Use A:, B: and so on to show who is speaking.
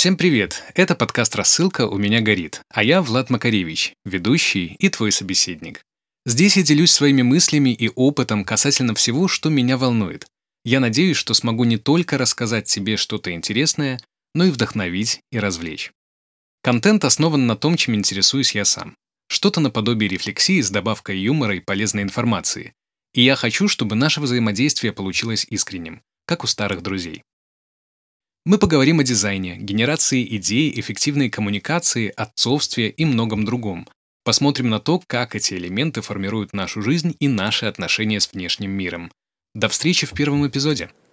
A: Всем привет! Это подкаст «Рассылка. У меня горит», а я Влад Макаревич, ведущий и твой собеседник. Здесь я делюсь своими мыслями и опытом касательно всего, что меня волнует. Я надеюсь, что смогу не только рассказать тебе что-то интересное, но и вдохновить и развлечь. Контент основан на том, чем интересуюсь я сам. Что-то наподобие рефлексии с добавкой юмора и полезной информации. И я хочу, чтобы наше взаимодействие получилось искренним, как у старых друзей. Мы поговорим о дизайне, генерации идей, эффективной коммуникации, отцовстве и многом другом. Посмотрим на то, как эти элементы формируют нашу жизнь и наши отношения с внешним миром. До встречи в первом эпизоде!